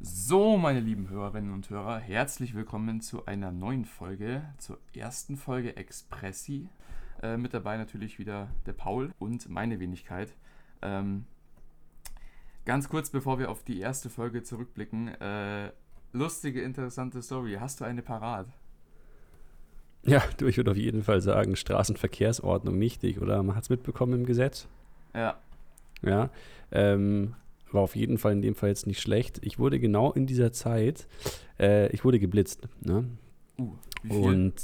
So, meine lieben Hörerinnen und Hörer, herzlich willkommen zu einer neuen Folge, zur ersten Folge Expressi. Mit dabei natürlich wieder der Paul und meine Wenigkeit. Ähm, Ganz kurz, bevor wir auf die erste Folge zurückblicken, lustige, interessante Story. Hast du eine parat? Ja, du, ich würde auf jeden Fall sagen, Straßenverkehrsordnung nichtig, oder? Man hat es mitbekommen im Gesetz. Ja. Ja. Ähm, War auf jeden Fall in dem Fall jetzt nicht schlecht. Ich wurde genau in dieser Zeit, ich wurde geblitzt. Ne? Wie viel? Und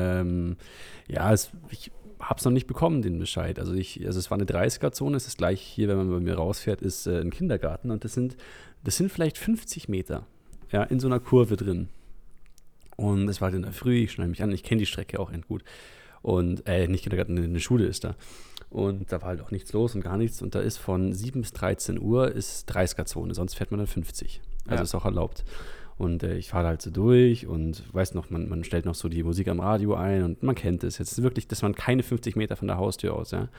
ja, ich habe es noch nicht bekommen, den Bescheid. Also es war eine 30er-Zone, es ist gleich hier, wenn man bei mir rausfährt, ist ein Kindergarten und das sind vielleicht 50 Meter, ja, in so einer Kurve drin. Und es war halt in der Früh, ich schneide mich an, ich kenne die Strecke auch gut. Und, nicht Kindergarten, eine Schule ist da. Und da war halt auch nichts los und gar nichts. Und da ist von 7 bis 13 Uhr ist 30er-Zone, sonst fährt man dann 50. Also Ja. ist auch erlaubt. Und ich fahre da halt so durch und weiß noch, man stellt noch so die Musik am Radio ein und man kennt es. Jetzt ist wirklich, dass man keine 50 Meter von der Haustür aus, ja.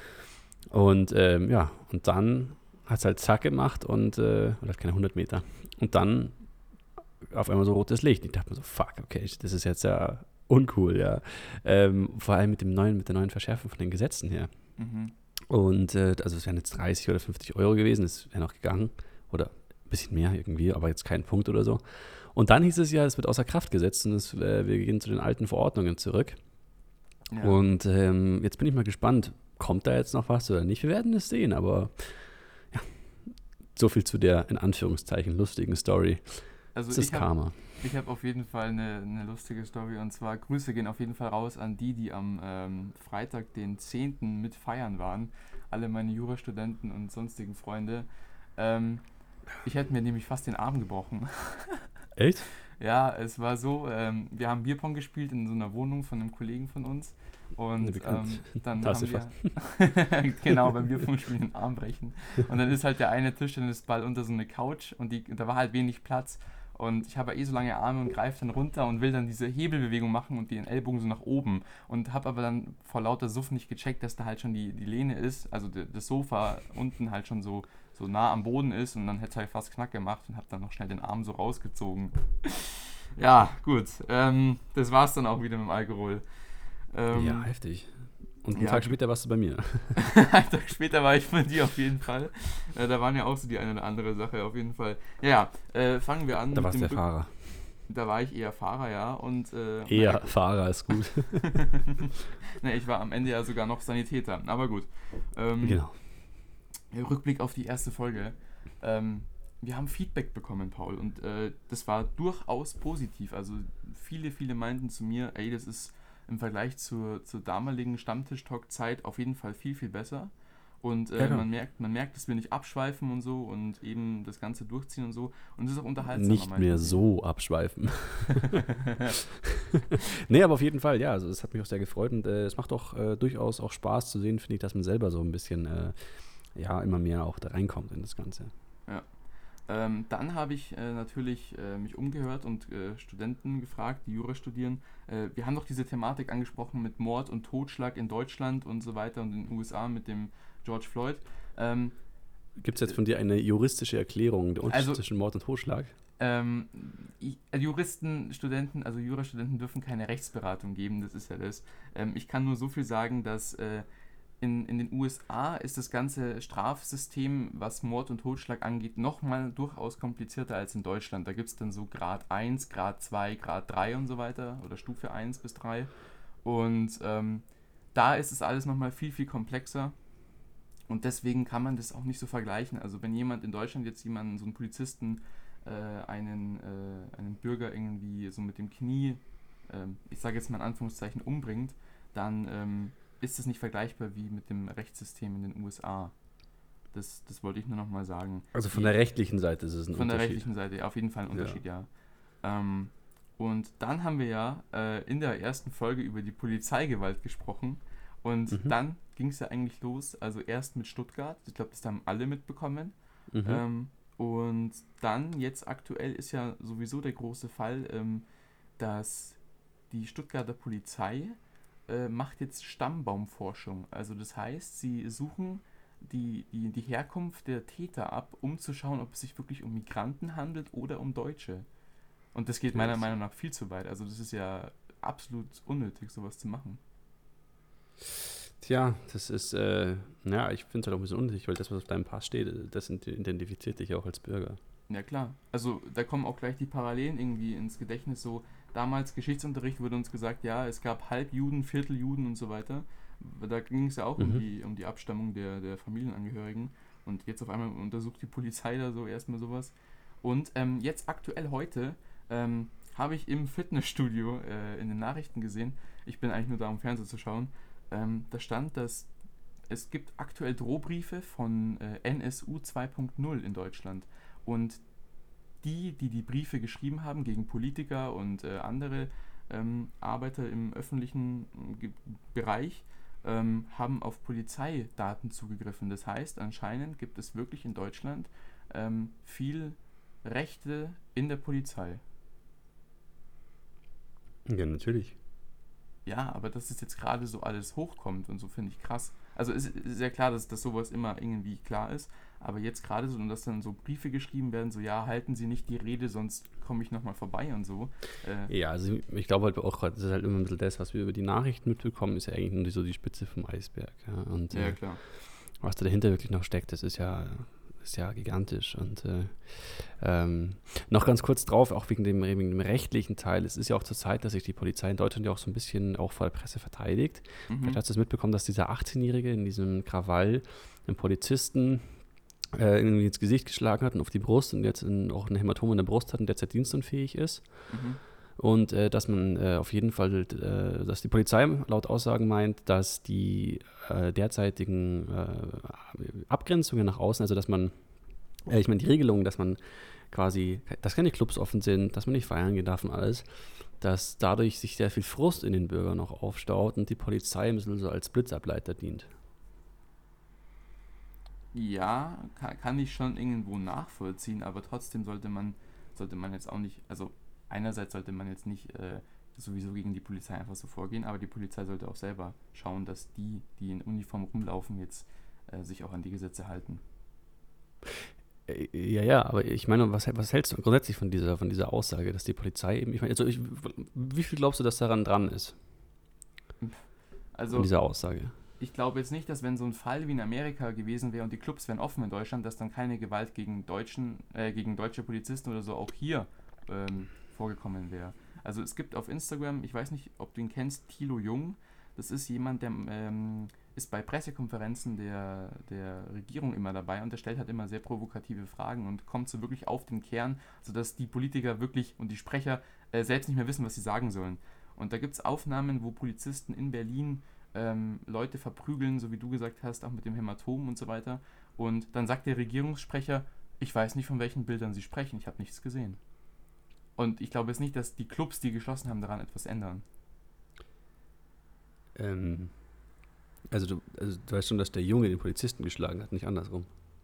Und ja, und dann hat es halt zack gemacht oder keine 100 Meter. Und dann auf einmal so rotes Licht. Ich dachte mir so, fuck, okay, das ist jetzt ja uncool, ja. Vor allem mit der neuen Verschärfung von den Gesetzen her. Mhm. Und also es wären jetzt 30 oder 50 Euro gewesen, das wäre noch gegangen. Oder ein bisschen mehr irgendwie, aber jetzt kein Punkt oder so. Und dann hieß es ja, es wird außer Kraft gesetzt und wir gehen zu den alten Verordnungen zurück. Ja. Und jetzt bin ich mal gespannt, kommt da jetzt noch was oder nicht? Wir werden es sehen, aber ja, so viel zu der in Anführungszeichen lustigen Story. Also Es ist Karma. ich hab auf jeden Fall eine lustige Story, und zwar Grüße gehen auf jeden Fall raus an die am Freitag, den 10. mit feiern waren. Alle meine Jurastudenten und sonstigen Freunde. Ähm, Ich hätte mir nämlich fast den Arm gebrochen. Echt? Ja, es war so, wir haben Bierpong gespielt in so einer Wohnung von einem Kollegen von uns, Ne, und bekannt. dann Da hast du haben fast. wir, genau, beim Bierpong-Spielen den Arm brechen. Und dann ist halt der eine Tischtennisball unter so eine Couch, und da war halt wenig Platz. Und ich habe ja eh so lange Arme und greife dann runter und will dann diese Hebelbewegung machen und den Ellbogen so nach oben. Und habe aber dann vor lauter Suff nicht gecheckt, dass da halt schon die Lehne ist, also das Sofa unten halt schon so nah am Boden ist, und dann hätte es halt fast Knack gemacht, und habe dann noch schnell den Arm so rausgezogen. Ja, gut. Das war's dann auch wieder mit dem Alkohol. Ja, Ähm, heftig. Und einen ja, Tag später warst du bei mir. einen Tag später war ich von dir auf jeden Fall. Da waren ja auch so die eine oder andere Sache auf jeden Fall. Ja, fangen wir an Da mit warst dem du der Fahrer. Da war ich eher Fahrer, ja. Und Eher Fahrer ist gut. ne, ich war am Ende ja sogar noch Sanitäter. Aber gut. Ähm, Genau. Rückblick auf die erste Folge. Ähm, Wir haben Feedback bekommen, Paul, und das war durchaus positiv. Also viele meinten zu mir, ey, das ist im Vergleich zur damaligen Stammtisch-Talk-Zeit auf jeden Fall viel besser. Und Ja, genau. man merkt, dass wir nicht abschweifen und so und eben das Ganze durchziehen und so. Und es ist auch unterhaltsamer, Nicht mehr meinten sie. so abschweifen. Nee, aber auf jeden Fall, ja. Also es hat mich auch sehr gefreut und es macht auch durchaus auch Spaß zu sehen, finde ich, dass man selber so ein bisschen, ja, immer mehr auch da reinkommt in das Ganze. Ja. Dann habe ich natürlich mich umgehört und Studenten gefragt, die Jura studieren. Wir haben doch diese Thematik angesprochen mit Mord und Totschlag in Deutschland und so weiter und in den USA mit dem George Floyd. Ähm, Gibt es jetzt von dir eine juristische Erklärung, der Unterschied also zwischen Mord und Totschlag? Juristen, Studenten, also Jurastudenten dürfen keine Rechtsberatung geben, das ist ja das. Ich kann nur so viel sagen, dass in den USA ist das ganze Strafsystem, was Mord und Totschlag angeht, nochmal durchaus komplizierter als in Deutschland. Da gibt es dann so Grad 1, Grad 2, Grad 3 und so weiter, oder Stufe 1 bis 3. Und da ist es alles nochmal viel komplexer. Und deswegen kann man das auch nicht so vergleichen. Also wenn jemand in Deutschland jetzt so einen Polizisten, einen Bürger irgendwie so mit dem Knie, ich sage jetzt mal in Anführungszeichen, umbringt, dann ist das nicht vergleichbar wie mit dem Rechtssystem in den USA. Das wollte ich nur nochmal sagen. Also von der rechtlichen Seite ist es ein Von der Unterschied. rechtlichen Seite auf jeden Fall ein Ja. Unterschied, ja. Ähm, und dann haben wir ja in der ersten Folge über die Polizeigewalt gesprochen. Und Mhm. dann ging es ja eigentlich los, also erst mit Stuttgart, ich glaube, das haben alle mitbekommen. Mhm. Und dann, jetzt aktuell, ist ja sowieso der große Fall, dass die Stuttgarter Polizei macht jetzt Stammbaumforschung. Also das heißt, sie suchen die Herkunft der Täter ab, um zu schauen, ob es sich wirklich um Migranten handelt oder um Deutsche. Und das geht meiner Meinung nach viel zu weit. Also das ist ja absolut unnötig, sowas zu machen. Tja, das ist, ich finde es halt auch ein bisschen unnötig, weil das, was auf deinem Pass steht, das identifiziert dich auch als Bürger. Ja klar. Also da kommen auch gleich die Parallelen irgendwie ins Gedächtnis. So damals Geschichtsunterricht wurde uns gesagt, ja, es gab Halbjuden, Vierteljuden und so weiter. Da ging es ja auch Mhm. um die Abstammung der Familienangehörigen. Und jetzt auf einmal untersucht die Polizei da so erstmal sowas. Und jetzt aktuell heute habe ich im Fitnessstudio in den Nachrichten gesehen, ich bin eigentlich nur da, um Fernsehen zu schauen, da stand, dass es gibt aktuell Drohbriefe von NSU 2.0 in Deutschland. Und die Briefe geschrieben haben gegen Politiker und andere Arbeiter im öffentlichen Bereich, haben auf Polizeidaten zugegriffen. Das heißt, anscheinend gibt es wirklich in Deutschland viel Rechte in der Polizei. Ja, natürlich. Ja, aber dass es jetzt gerade so alles hochkommt und so, finde ich krass. Also es ist ja klar, dass sowas immer irgendwie klar ist, aber jetzt gerade so, und dass dann so Briefe geschrieben werden, so ja, halten Sie nicht die Rede, sonst komme ich nochmal vorbei und so. Ja, also ich glaube halt auch, das ist halt immer ein bisschen das, was wir über die Nachrichten mitbekommen, ist ja eigentlich nur so die Spitze vom Eisberg. Ja. Und Ja, klar. was da dahinter wirklich noch steckt, das ist ja gigantisch. Und noch ganz kurz drauf, auch wegen dem rechtlichen Teil, es ist ja auch zur Zeit, dass sich die Polizei in Deutschland ja auch so ein bisschen auch vor der Presse verteidigt. Vielleicht hast du es mitbekommen, dass dieser 18-Jährige in diesem Krawall einen Polizisten irgendwie ins Gesicht geschlagen hat und auf die Brust und jetzt auch ein Hämatom in der Brust hat und derzeit dienstunfähig ist. Mhm. Und dass man auf jeden Fall, dass die Polizei laut Aussagen meint, dass die derzeitigen Abgrenzungen nach außen, also dass man, ich meine die Regelungen, dass man quasi, dass keine Clubs offen sind, dass man nicht feiern gehen darf und alles, dass dadurch sich sehr viel Frust in den Bürgern noch aufstaut und die Polizei ein bisschen so als Blitzableiter dient. Ja, kann ich schon irgendwo nachvollziehen, aber trotzdem sollte man jetzt auch nicht, also einerseits sollte man jetzt nicht sowieso gegen die Polizei einfach so vorgehen, aber die Polizei sollte auch selber schauen, dass die in Uniform rumlaufen, jetzt sich auch an die Gesetze halten. Ja, aber ich meine, was hältst du grundsätzlich von dieser Aussage, dass die Polizei eben, ich meine, wie viel glaubst du, dass daran dran ist, an Also dieser Aussage? ich glaube jetzt nicht, dass wenn so ein Fall wie in Amerika gewesen wäre und die Clubs wären offen in Deutschland, dass dann keine Gewalt gegen gegen deutsche Polizisten oder so auch hier vorgekommen wäre. Also es gibt auf Instagram, ich weiß nicht, ob du ihn kennst, Thilo Jung. Das ist jemand, der ist bei Pressekonferenzen der Regierung immer dabei und der stellt halt immer sehr provokative Fragen und kommt so wirklich auf den Kern, sodass die Politiker wirklich und die Sprecher selbst nicht mehr wissen, was sie sagen sollen. Und da gibt es Aufnahmen, wo Polizisten in Berlin Leute verprügeln, so wie du gesagt hast, auch mit dem Hämatom und so weiter. Und dann sagt der Regierungssprecher, ich weiß nicht, von welchen Bildern sie sprechen, ich habe nichts gesehen. Und ich glaube jetzt nicht, dass die Clubs, die geschlossen haben, daran etwas ändern. Ähm, also du weißt schon, dass der Junge den Polizisten geschlagen hat, nicht andersrum.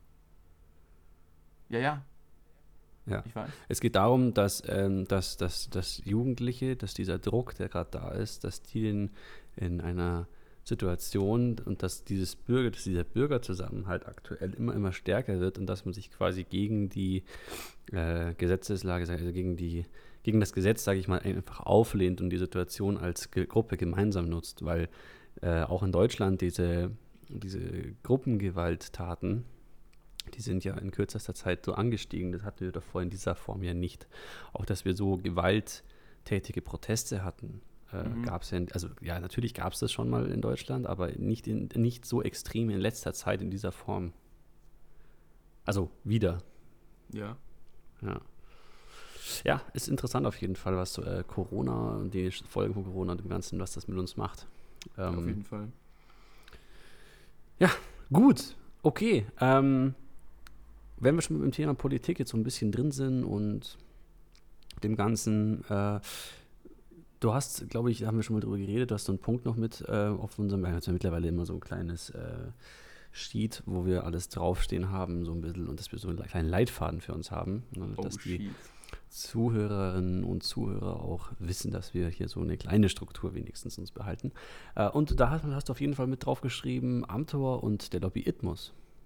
Ja, ja, Ja. ich weiß. Es geht darum, dass Jugendliche, dass dieser Druck, der gerade da ist, dass die in einer Situation und dass dieser Bürgerzusammenhalt aktuell immer stärker wird und dass man sich quasi gegen die Gesetzeslage, also gegen das Gesetz, sage ich mal, einfach auflehnt und die Situation als Gruppe gemeinsam nutzt, weil auch in Deutschland diese Gruppengewalttaten, die sind ja in kürzester Zeit so angestiegen. Das hatten wir davor in dieser Form ja nicht. Auch, dass wir so gewalttätige Proteste hatten, Mhm. gab es ja, also ja, natürlich gab es das schon mal in Deutschland, aber nicht so extrem in letzter Zeit in dieser Form. Also wieder. Ja, Ja. Ja, ist interessant auf jeden Fall, was Corona und die Folgen von Corona und dem Ganzen, was das mit uns macht. auf jeden Fall. Ja, gut. Okay. Wenn wir schon mit dem Thema Politik jetzt so ein bisschen drin sind und dem Ganzen, du hast, glaube ich, da haben wir schon mal drüber geredet, du hast so einen Punkt noch mit auf unserem, wir haben jetzt ja mittlerweile immer so ein kleines Sheet, wo wir alles draufstehen haben, so ein bisschen, und dass wir so einen kleinen Leitfaden für uns haben, ne, Oh, dass die shit. Zuhörerinnen und Zuhörer auch wissen, dass wir hier so eine kleine Struktur wenigstens uns behalten. Und da hast du auf jeden Fall mit draufgeschrieben, Amtor und der Lobbyismus.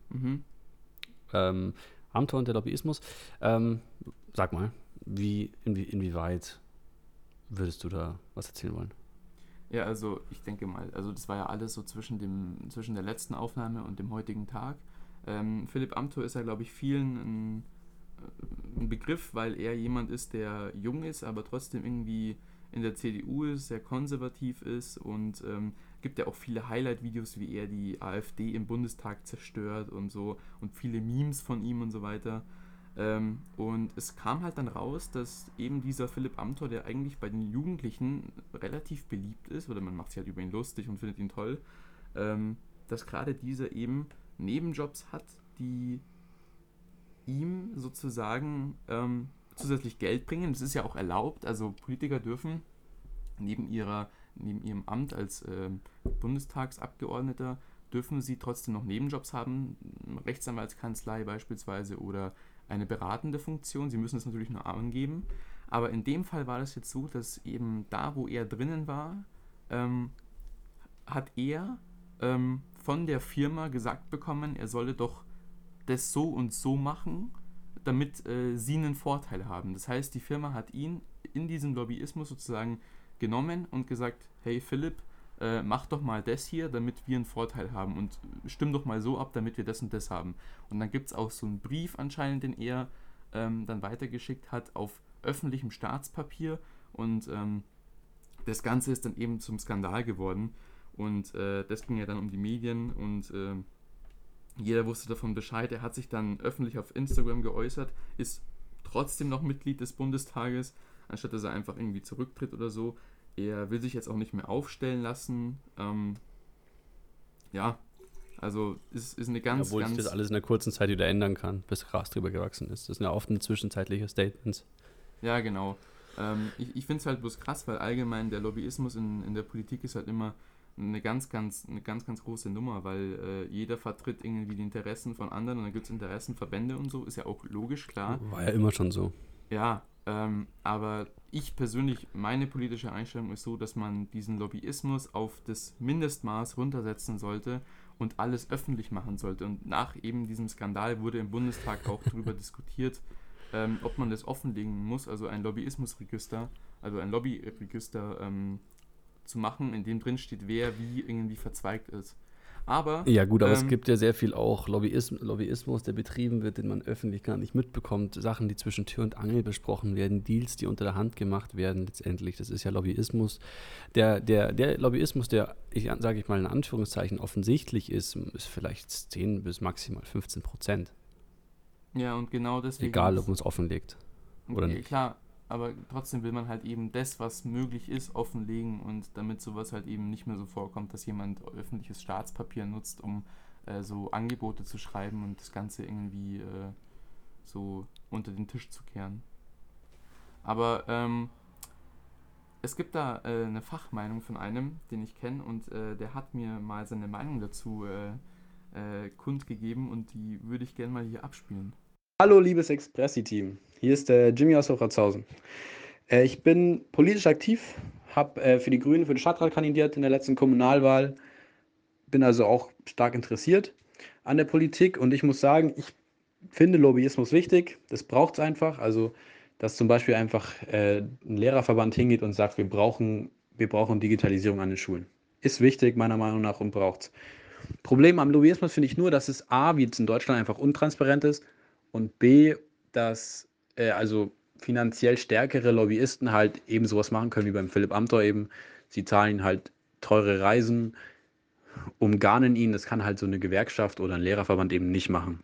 Mhm. Ähm, Amthor und der Lobbyismus. Ähm, Sag mal, inwieweit würdest du da was erzählen wollen? Ja, also ich denke mal, also das war ja alles so zwischen der letzten Aufnahme und dem heutigen Tag. Philipp Amthor ist ja, glaube ich, vielen ein Begriff, weil er jemand ist, der jung ist, aber trotzdem irgendwie in der CDU ist, sehr konservativ ist und gibt ja auch viele Highlight-Videos, wie er die AfD im Bundestag zerstört und so und viele Memes von ihm und so weiter. Und es kam halt dann raus, dass eben dieser Philipp Amthor, der eigentlich bei den Jugendlichen relativ beliebt ist, oder man macht sich halt über ihn lustig und findet ihn toll, dass gerade dieser eben Nebenjobs hat, die ihm sozusagen zusätzlich Geld bringen. Das ist ja auch erlaubt. Also Politiker dürfen neben, neben ihrem Amt als Bundestagsabgeordneter dürfen sie trotzdem noch Nebenjobs haben, Rechtsanwaltskanzlei beispielsweise oder eine beratende Funktion. Sie müssen es natürlich nur angeben. Aber in dem Fall war das jetzt so, dass eben da, wo er drinnen war, ähm, hat er von der Firma gesagt bekommen, er solle doch das so und so machen, damit sie einen Vorteil haben. Das heißt, die Firma hat ihn in diesem Lobbyismus sozusagen genommen und gesagt, hey Philipp, mach doch mal das hier, damit wir einen Vorteil haben und stimm doch mal so ab, damit wir das und das haben. Und dann gibt es auch so einen Brief anscheinend, den er dann weitergeschickt hat auf öffentlichem Staatspapier und das Ganze ist dann eben zum Skandal geworden und das ging ja dann um die Medien und jeder wusste davon Bescheid. Er hat sich dann öffentlich auf Instagram geäußert, ist trotzdem noch Mitglied des Bundestages, anstatt dass er einfach irgendwie zurücktritt oder so. Er will sich jetzt auch nicht mehr aufstellen lassen. Ja, also ist eine Ja, ganz, obwohl sich das ganz. alles in einer kurzen Zeit wieder ändern kann, bis Gras drüber gewachsen ist. Das sind ja oft zwischenzeitliche Statements. Ja, genau. Ich finde es halt bloß krass, weil allgemein der Lobbyismus in der Politik ist halt immer eine ganz große Nummer, weil jeder vertritt irgendwie die Interessen von anderen und dann gibt es Interessenverbände und so, ist ja auch logisch, klar. War ja immer schon so. Ja, aber ich persönlich, meine politische Einstellung ist so, dass man diesen Lobbyismus auf das Mindestmaß runtersetzen sollte und alles öffentlich machen sollte. Und nach eben diesem Skandal wurde im Bundestag auch darüber diskutiert, ob man das offenlegen muss, also ein Lobbyismusregister, also ein Lobbyregister zu machen, in dem drin steht, wer wie irgendwie verzweigt ist. Aber, Ja gut, aber es ähm, gibt ja sehr viel auch Lobbyismus, der betrieben wird, den man öffentlich gar nicht mitbekommt. Sachen, die zwischen Tür und Angel besprochen werden, Deals, die unter der Hand gemacht werden letztendlich. Das ist ja Lobbyismus. Der Lobbyismus, der, sage ich mal in Anführungszeichen, offensichtlich ist vielleicht 10 bis maximal 15%. ja, und genau deswegen. Egal, ob man es offenlegt oder Okay, nicht. klar, aber trotzdem will man halt eben das, was möglich ist, offenlegen und damit sowas halt eben nicht mehr so vorkommt, dass jemand öffentliches Staatspapier nutzt, um so Angebote zu schreiben und das Ganze irgendwie so unter den Tisch zu kehren. Aber es gibt da eine Fachmeinung von einem, den ich kenne und der hat mir mal seine Meinung dazu kundgegeben und die würde ich gerne mal hier abspielen. Hallo, liebes Expressi-Team. Hier ist der Jimmy aus Hochratshausen. Ich bin politisch aktiv, habe für die Grünen für den Stadtrat kandidiert in der letzten Kommunalwahl, bin also auch stark interessiert an der Politik und ich muss sagen, ich finde Lobbyismus wichtig, das braucht es einfach. Also, dass zum Beispiel einfach ein Lehrerverband hingeht und sagt, wir brauchen Digitalisierung an den Schulen. Ist wichtig, meiner Meinung nach, und braucht es. Problem am Lobbyismus finde ich nur, dass es A, wie jetzt in Deutschland, einfach untransparent ist und B, dass also finanziell stärkere Lobbyisten halt eben sowas machen können wie beim Philipp Amthor eben. Sie zahlen halt teure Reisen, umgarnen ihn. Das kann halt so eine Gewerkschaft oder ein Lehrerverband eben nicht machen.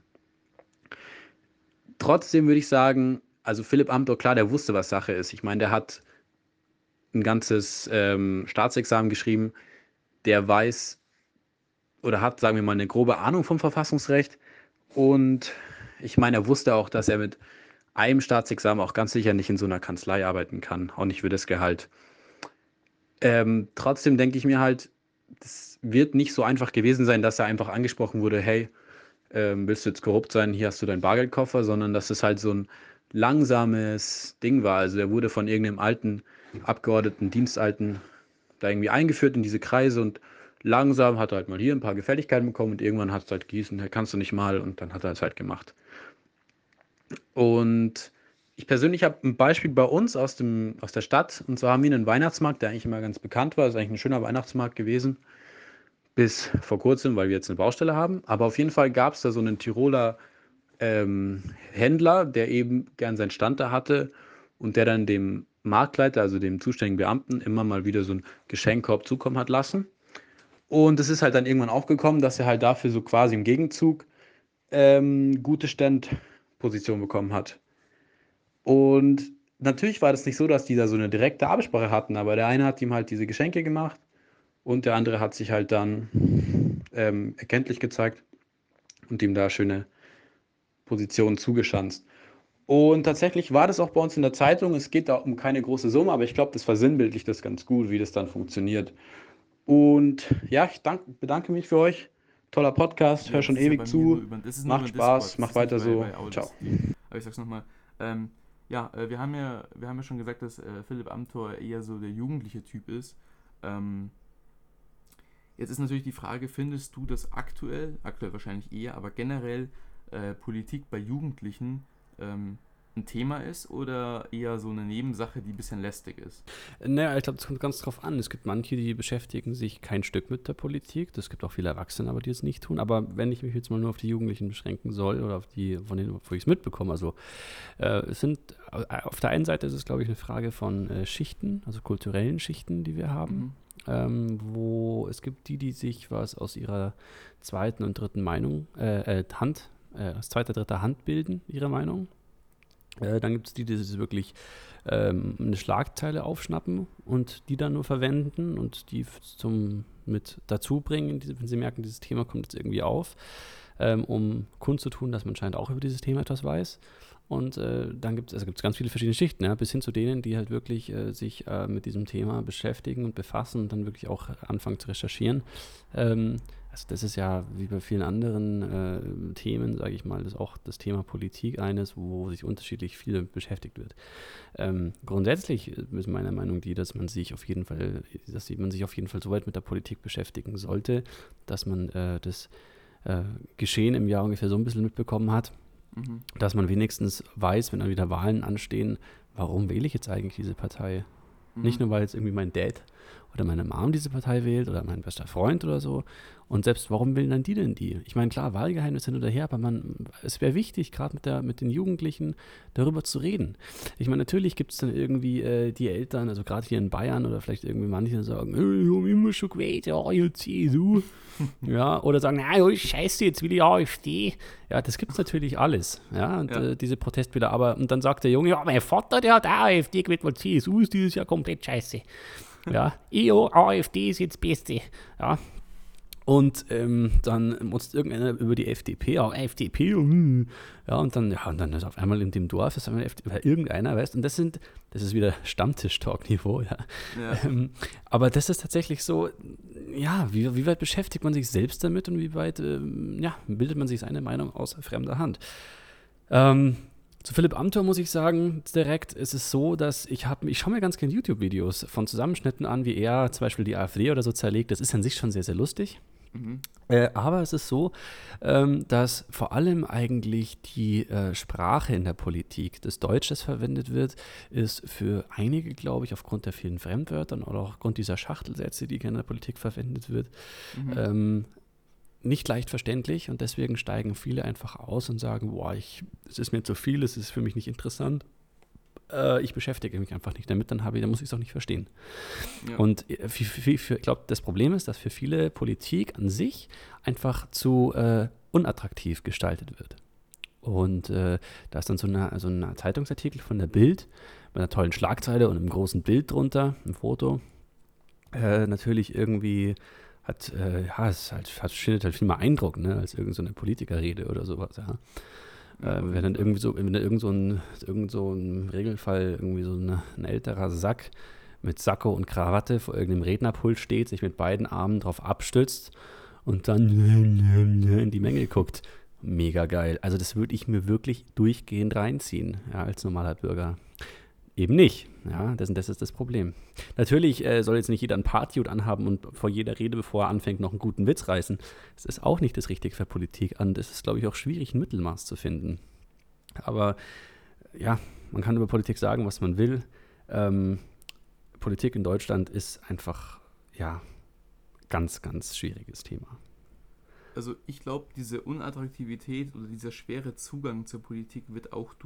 Trotzdem würde ich sagen, also Philipp Amthor, klar, der wusste, was Sache ist. Ich meine, der hat ein ganzes Staatsexamen geschrieben. Der weiß oder hat, sagen wir mal, eine grobe Ahnung vom Verfassungsrecht. Und ich meine, er wusste auch, dass er mit einem Staatsexamen auch ganz sicher nicht in so einer Kanzlei arbeiten kann, auch nicht für das Gehalt. Trotzdem denke ich mir halt, das wird nicht so einfach gewesen sein, dass er einfach angesprochen wurde, hey, willst du jetzt korrupt sein, hier hast du deinen Bargeldkoffer, sondern dass es halt so ein langsames Ding war. Also er wurde von irgendeinem alten Abgeordneten, Dienstalten da irgendwie eingeführt in diese Kreise und langsam hat er halt mal hier ein paar Gefälligkeiten bekommen und irgendwann hat es halt gießen, kannst du nicht mal und dann hat er es halt gemacht. Und ich persönlich habe ein Beispiel bei uns aus der Stadt. Und zwar haben wir einen Weihnachtsmarkt, der eigentlich immer ganz bekannt war. Das ist eigentlich ein schöner Weihnachtsmarkt gewesen. Bis vor kurzem, weil wir jetzt eine Baustelle haben. Aber auf jeden Fall gab es da so einen Tiroler Händler, der eben gern seinen Stand da hatte und der dann dem Marktleiter, also dem zuständigen Beamten, immer mal wieder so einen Geschenkkorb zukommen hat lassen. Und es ist halt dann irgendwann aufgekommen, dass er halt dafür so quasi im Gegenzug gute Standposition bekommen hat. Und natürlich war das nicht so, dass die da so eine direkte Absprache hatten, aber der eine hat ihm halt diese Geschenke gemacht und der andere hat sich halt dann erkenntlich gezeigt und ihm da schöne Positionen zugeschanzt. Und tatsächlich war das auch bei uns in der Zeitung. Es geht da um keine große Summe, aber ich glaube, das versinnbildlicht das ganz gut, wie das dann funktioniert. Und ja, bedanke mich für euch. Toller Podcast, Ja, hör schon ewig zu. Das ist nur Macht über Discord, Spaß, das macht ist nicht weiter so. bei Ciao. Audacity. Aber ich sag's nochmal. Wir haben ja schon gesagt, dass Philipp Amthor eher so der jugendliche Typ ist. Jetzt ist natürlich die Frage, findest du, dass aktuell wahrscheinlich eher, aber generell Politik bei Jugendlichen ein Thema ist oder eher so eine Nebensache, die ein bisschen lästig ist? Naja, ich glaube, es kommt ganz drauf an. Es gibt manche, die beschäftigen sich kein Stück mit der Politik. Es gibt auch viele Erwachsene, aber die es nicht tun. Aber wenn ich mich jetzt mal nur auf die Jugendlichen beschränken soll oder auf die, von denen, wo ich es mitbekomme, also es sind, auf der einen Seite ist es, glaube ich, eine Frage von Schichten, also kulturellen Schichten, die wir haben. Wo es gibt die sich was aus ihrer zweiten und dritten Meinung, aus zweiter, dritter Hand bilden, ihre Meinung. Dann gibt es die, die sich wirklich eine Schlagzeile aufschnappen und die dann nur verwenden und die mit dazu bringen, wenn sie merken, dieses Thema kommt jetzt irgendwie auf, um kundzutun, dass man scheint auch über dieses Thema etwas weiß. Und dann gibt es ganz viele verschiedene Schichten, ja, bis hin zu denen, die halt wirklich sich mit diesem Thema beschäftigen und befassen und dann wirklich auch anfangen zu recherchieren. Also das ist ja wie bei vielen anderen Themen, sage ich mal, das ist auch das Thema Politik eines, wo sich unterschiedlich viel beschäftigt wird. Grundsätzlich ist meiner Meinung die, dass man sich auf jeden Fall so weit mit der Politik beschäftigen sollte, dass man das Geschehen im Jahr ungefähr so ein bisschen mitbekommen hat, dass man wenigstens weiß, wenn dann wieder Wahlen anstehen, warum wähle ich jetzt eigentlich diese Partei? Nicht nur, weil jetzt irgendwie mein Dad oder meine Mom diese Partei wählt oder mein bester Freund oder so. Und selbst, warum wählen dann die denn die? Ich meine, klar, Wahlgeheimnisse hin oder her, aber es wäre wichtig, gerade mit den Jugendlichen darüber zu reden. Ich meine, natürlich gibt es dann irgendwie die Eltern, also gerade hier in Bayern oder vielleicht irgendwie manche, die sagen, ich habe immer schon gewählt, ja, CSU. Ja, oder sagen, scheiße, jetzt will ich AfD. Ja, das gibt es natürlich alles. Ja, und diese Protestbilder. Und dann sagt der Junge, ja, mein Vater, der hat auch AfD gewählt, weil CSU ist dieses Jahr komplett scheiße. Ja, AfD ist jetzt Beste. Ja. Und dann muss irgendeiner über die FDP, FDP, ja, und dann ist auf einmal in dem Dorf ist irgendeiner, weißt du, und das ist wieder Stammtisch-Talk-Niveau, ja. Aber das ist tatsächlich so, ja, wie weit beschäftigt man sich selbst damit und wie weit, bildet man sich seine Meinung aus fremder Hand. Zu Philipp Amthor muss ich sagen, direkt ist es so, dass ich schaue mir ganz gerne YouTube-Videos von Zusammenschnitten an, wie er zum Beispiel die AfD oder so zerlegt. Das ist an sich schon sehr, sehr lustig. Aber es ist so, dass vor allem eigentlich die Sprache in der Politik, das Deutsch, das verwendet wird, ist für einige, glaube ich, aufgrund der vielen Fremdwörtern oder auch aufgrund dieser Schachtelsätze, die gerne in der Politik verwendet wird, nicht leicht verständlich und deswegen steigen viele einfach aus und sagen, es ist mir zu viel, es ist für mich nicht interessant. Ich beschäftige mich einfach nicht damit, dann muss ich es auch nicht verstehen. Ja. Und ich glaube, das Problem ist, dass für viele Politik an sich einfach zu unattraktiv gestaltet wird. Und da ist dann so ein Zeitungsartikel von der Bild mit einer tollen Schlagzeile und einem großen Bild drunter, ein Foto. Natürlich irgendwie schindet halt viel mehr Eindruck, ne, als irgend so eine Politikerrede oder sowas, ja. Wenn dann irgendwie so, wenn irgend so ein Regelfall irgendwie so ein älterer Sack mit Sakko und Krawatte vor irgendeinem Rednerpult steht, sich mit beiden Armen drauf abstützt und dann in die Menge guckt. Mega geil. Also das würde ich mir wirklich durchgehend reinziehen, ja, als normaler Bürger. Eben nicht. Ja, das ist das Problem. Natürlich soll jetzt nicht jeder einen Partyhut anhaben und vor jeder Rede, bevor er anfängt, noch einen guten Witz reißen. Das ist auch nicht das Richtige für Politik. Und es ist, glaube ich, auch schwierig, ein Mittelmaß zu finden. Aber ja, man kann über Politik sagen, was man will. Ähm, Politik in Deutschland ist einfach, ja, ganz, ganz schwieriges Thema. Also ich glaube, diese Unattraktivität oder dieser schwere Zugang zur Politik wird auch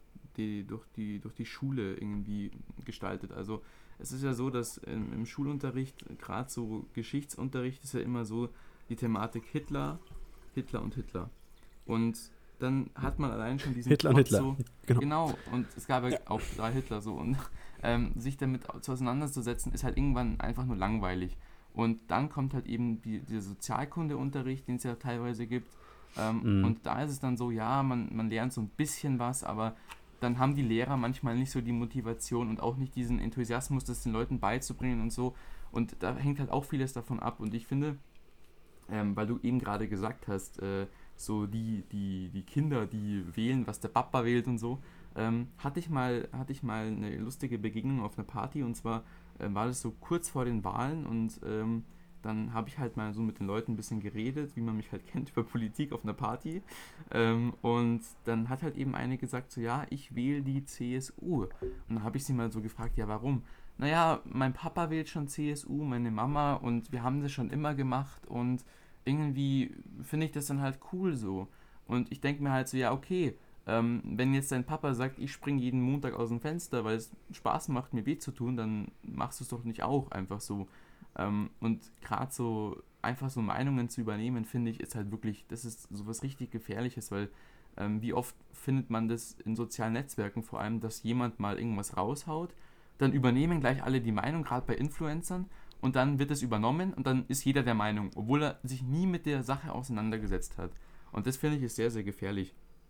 durch die Schule irgendwie gestaltet. Also es ist ja so, dass im Schulunterricht, gerade so Geschichtsunterricht, ist ja immer so die Thematik Hitler, Hitler und Hitler. Und dann hat man allein schon diesen Hitler und Plot Hitler. so, Genau. genau, und es gab ja auch 3 Hitler so, und sich damit auseinanderzusetzen, ist halt irgendwann einfach nur langweilig. Und dann kommt halt eben dieser Sozialkundeunterricht, den es ja teilweise gibt. Mm. Und da ist es dann so, ja, man lernt so ein bisschen was, aber dann haben die Lehrer manchmal nicht so die Motivation und auch nicht diesen Enthusiasmus, das den Leuten beizubringen und so. Und da hängt halt auch vieles davon ab. Und ich finde, weil du eben gerade gesagt hast, so die Kinder, die wählen, was der Papa wählt und so, hatte ich mal eine lustige Begegnung auf einer Party, und zwar war das so kurz vor den Wahlen, und dann habe ich halt mal so mit den Leuten ein bisschen geredet, wie man mich halt kennt, über Politik auf einer Party, und dann hat halt eben eine gesagt, so ja, ich wähle die CSU, und dann habe ich sie mal so gefragt, ja, warum? Naja, mein Papa wählt schon CSU, meine Mama, und wir haben das schon immer gemacht, und irgendwie finde ich das dann halt cool so. Und ich denke mir halt so, ja, okay, wenn jetzt dein Papa sagt, ich springe jeden Montag aus dem Fenster, weil es Spaß macht, mir weh zu tun, dann machst du es doch nicht auch einfach so. Und gerade so einfach so Meinungen zu übernehmen, finde ich, ist halt wirklich, das ist sowas richtig Gefährliches, weil wie oft findet man das in sozialen Netzwerken vor allem, dass jemand mal irgendwas raushaut, dann übernehmen gleich alle die Meinung, gerade bei Influencern, und dann wird es übernommen und dann ist jeder der Meinung, obwohl er sich nie mit der Sache auseinandergesetzt hat. Und das finde ich ist sehr, sehr gefährlich.